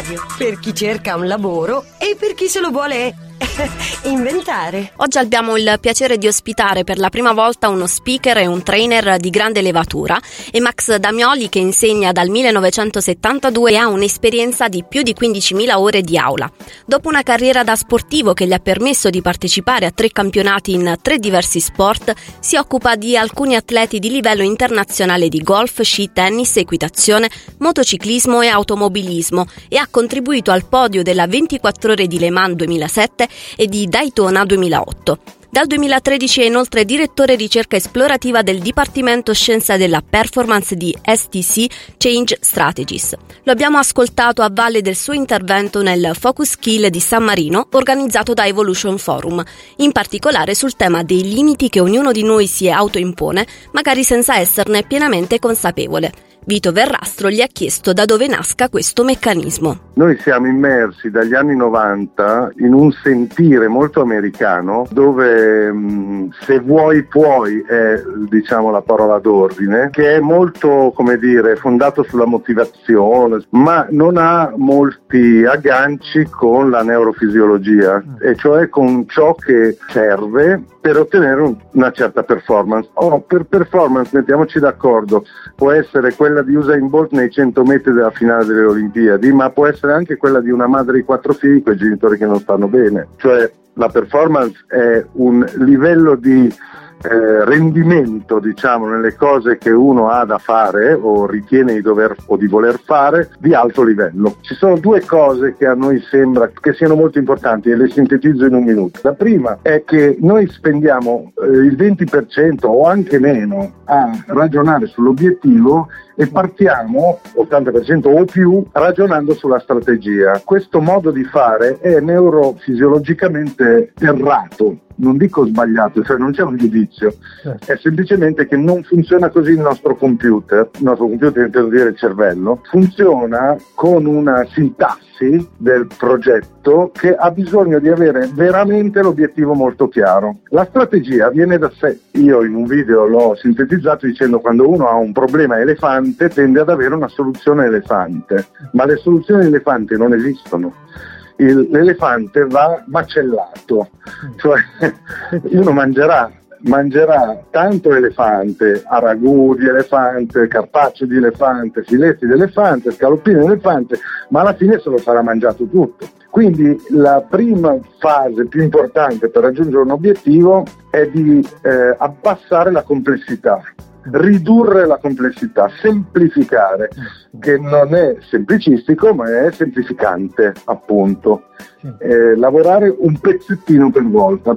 radio, per chi cerca un lavoro e per chi se lo vuole inventare. Oggi abbiamo il piacere di ospitare per la prima volta uno speaker e un trainer di grande levatura, è Max Damioli, che insegna dal 1972 e ha un'esperienza di più di 15.000 ore di aula. Dopo una carriera da sportivo che gli ha permesso di partecipare a 3 campionati in 3 diversi sport, si occupa di alcuni atleti di livello internazionale di golf, sci, tennis, equitazione, motociclismo e automobilismo e ha contribuito al podio della 24 ore di Le Mans 2007 e di Daytona 2008. Dal 2013 è inoltre direttore ricerca esplorativa del Dipartimento Scienza della Performance di STC Change Strategies. Lo abbiamo ascoltato a valle del suo intervento nel Focus Skill di San Marino, organizzato da Evolution Forum, in particolare sul tema dei limiti che ognuno di noi si autoimpone, magari senza esserne pienamente consapevole. Vito Verrastro gli ha chiesto da dove nasca questo meccanismo. Noi siamo immersi dagli anni 90 in un sentire molto americano dove se vuoi puoi è, diciamo, la parola d'ordine, che è molto, come dire, fondato sulla motivazione, ma non ha molti agganci con la neurofisiologia, e cioè con ciò che serve per ottenere una certa performance. Per performance, mettiamoci d'accordo, può essere quella di Usain Bolt nei 100 metri della finale delle Olimpiadi, ma può essere anche quella di una madre di 4 figli con i genitori che non stanno bene. Cioè la performance è un livello di rendimento, diciamo, nelle cose che uno ha da fare o ritiene di dover o di voler fare, di alto livello. Ci sono 2 cose che a noi sembra che siano molto importanti e le sintetizzo in un minuto. La prima è che noi spendiamo il 20% o anche meno a ragionare sull'obiettivo e partiamo 80% o più ragionando sulla strategia. Questo modo di fare è neurofisiologicamente errato. Non dico sbagliato, cioè non c'è un giudizio, è semplicemente che non funziona così il nostro computer intendo dire il cervello, funziona con una sintassi del progetto che ha bisogno di avere veramente l'obiettivo molto chiaro. La strategia viene da sé. Io in un video l'ho sintetizzato dicendo: quando uno ha un problema elefante tende ad avere una soluzione elefante, ma le soluzioni elefante non esistono. L'elefante va macellato, cioè uno mangerà tanto elefante, a ragù di elefante, carpaccio di elefante, filetti di elefante, scaloppini di elefante, ma alla fine se lo sarà mangiato tutto. Quindi la prima fase più importante per raggiungere un obiettivo è di abbassare la complessità, ridurre la complessità, semplificare, che non è semplicistico ma è semplificante, appunto. Lavorare un pezzettino per volta,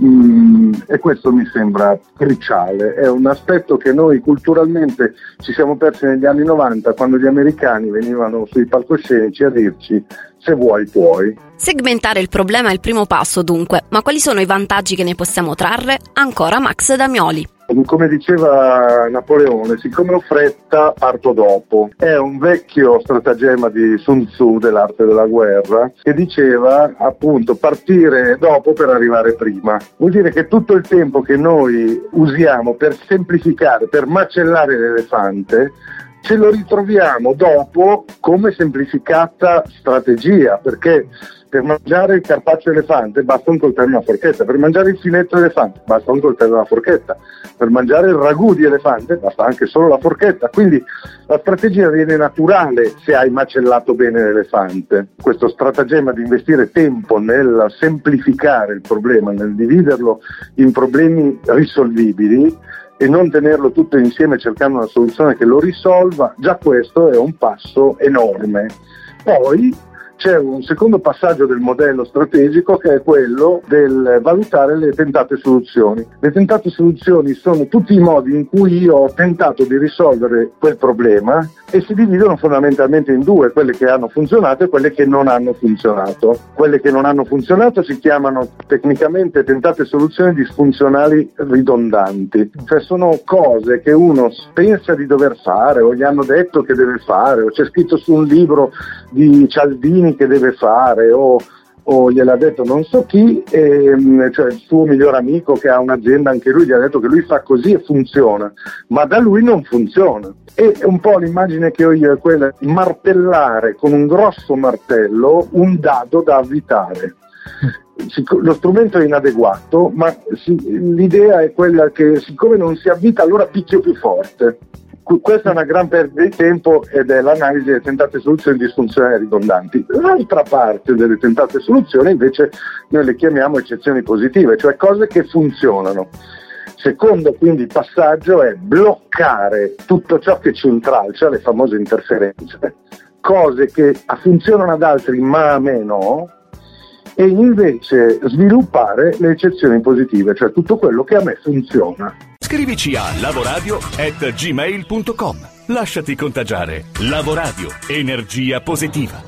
e questo mi sembra cruciale. È un aspetto che noi culturalmente ci siamo persi negli anni 90, quando gli americani venivano sui palcoscenici a dirci: se vuoi puoi. Segmentare il problema è il primo passo, dunque, ma quali sono i vantaggi che ne possiamo trarre? Ancora Max Damioli. Come diceva Napoleone, siccome ho fretta parto dopo. È un vecchio stratagemma di Sun Tzu, dell'arte della guerra, che diceva appunto partire dopo per arrivare prima. Vuol dire che tutto il tempo che noi usiamo per semplificare, per macellare l'elefante, ce lo ritroviamo dopo come semplificata strategia, perché per mangiare il carpaccio elefante basta un coltello e una forchetta, per mangiare il filetto elefante basta un coltello e una forchetta, per mangiare il ragù di elefante basta anche solo la forchetta. Quindi la strategia viene naturale se hai macellato bene l'elefante. Questo stratagemma di investire tempo nel semplificare il problema, nel dividerlo in problemi risolvibili e non tenerlo tutto insieme cercando una soluzione che lo risolva, già questo è un passo enorme. Poi c'è un secondo passaggio del modello strategico, che è quello del valutare le tentate soluzioni. Le tentate soluzioni sono tutti i modi in cui io ho tentato di risolvere quel problema, e si dividono fondamentalmente in 2, quelle che hanno funzionato e quelle che non hanno funzionato. Quelle che non hanno funzionato si chiamano tecnicamente tentate soluzioni disfunzionali ridondanti, cioè sono cose che uno pensa di dover fare, o gli hanno detto che deve fare, o c'è scritto su un libro di Cialdini che deve fare, o o gliel'ha detto non so chi, cioè il suo miglior amico che ha un'azienda, anche lui gli ha detto che lui fa così e funziona, ma da lui non funziona. E un po' l'immagine che ho io è quella di martellare con un grosso martello un dado da avvitare. Lo strumento è inadeguato, ma l'idea è quella che siccome non si avvita allora picchio più forte. Questa è una gran perdita di tempo ed è l'analisi delle tentate soluzioni disfunzionali ridondanti. L'altra parte delle tentate soluzioni invece noi le chiamiamo eccezioni positive, cioè cose che funzionano. Secondo quindi passaggio è bloccare tutto ciò che ci intralcia, le famose interferenze, cose che funzionano ad altri ma a me no, e invece sviluppare le eccezioni positive, cioè tutto quello che a me funziona. Scrivici a lavoradio@gmail.com. Lasciati contagiare. Lavoradio, energia positiva.